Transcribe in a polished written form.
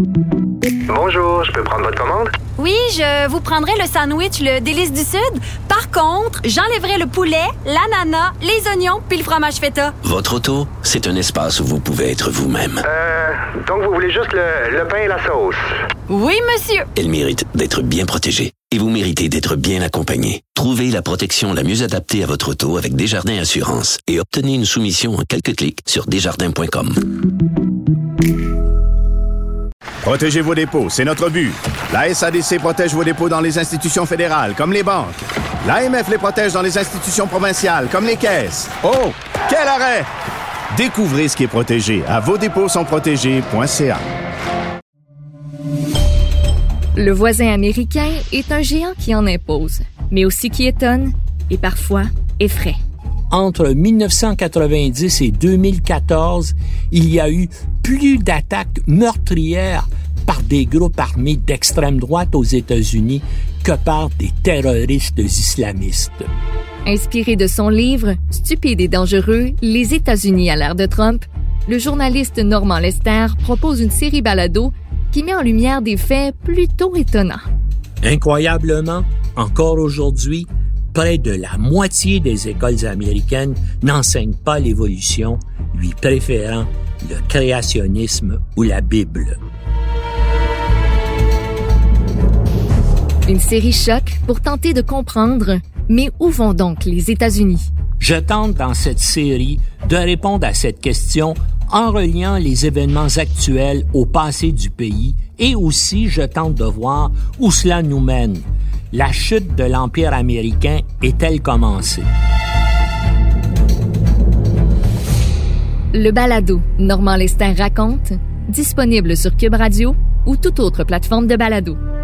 Bonjour, je peux prendre votre commande? Oui, je vous prendrai le sandwich, le délice du Sud. Par contre, j'enlèverai le poulet, l'ananas, les oignons puis le fromage feta. Votre auto, c'est un espace où vous pouvez être vous-même. Donc vous voulez juste le pain et la sauce? Oui, monsieur. Elle mérite d'être bien protégée. Et vous méritez d'être bien accompagné. Trouvez la protection la mieux adaptée à votre auto avec Desjardins Assurance et obtenez une soumission en quelques clics sur desjardins.com. Protégez vos dépôts, c'est notre but. La SADC protège vos dépôts dans les institutions fédérales, comme les banques. L'AMF les protège dans les institutions provinciales, comme les caisses. Oh, quel arrêt! Découvrez ce qui est protégé à vosdépôtssontprotégés.ca. Le voisin américain est un géant qui en impose, mais aussi qui étonne et parfois effraie. Entre 1990 et 2014, il y a eu plus d'attaques meurtrières par des groupes armés d'extrême droite aux États-Unis que par des terroristes islamistes. Inspiré de son livre « Stupide et dangereux, les États-Unis à l'ère de Trump », le journaliste Normand Lester propose une série balado qui met en lumière des faits plutôt étonnants. Incroyablement, encore aujourd'hui, près de la moitié des écoles américaines n'enseignent pas l'évolution, lui préférant le créationnisme ou la Bible. Une série choc pour tenter de comprendre, mais où vont donc les États-Unis? Je tente dans cette série de répondre à cette question en reliant les événements actuels au passé du pays et aussi je tente de voir où cela nous mène. La chute de l'Empire américain est-elle commencée? Le balado Normand Lester raconte, disponible sur Cube Radio ou toute autre plateforme de balado.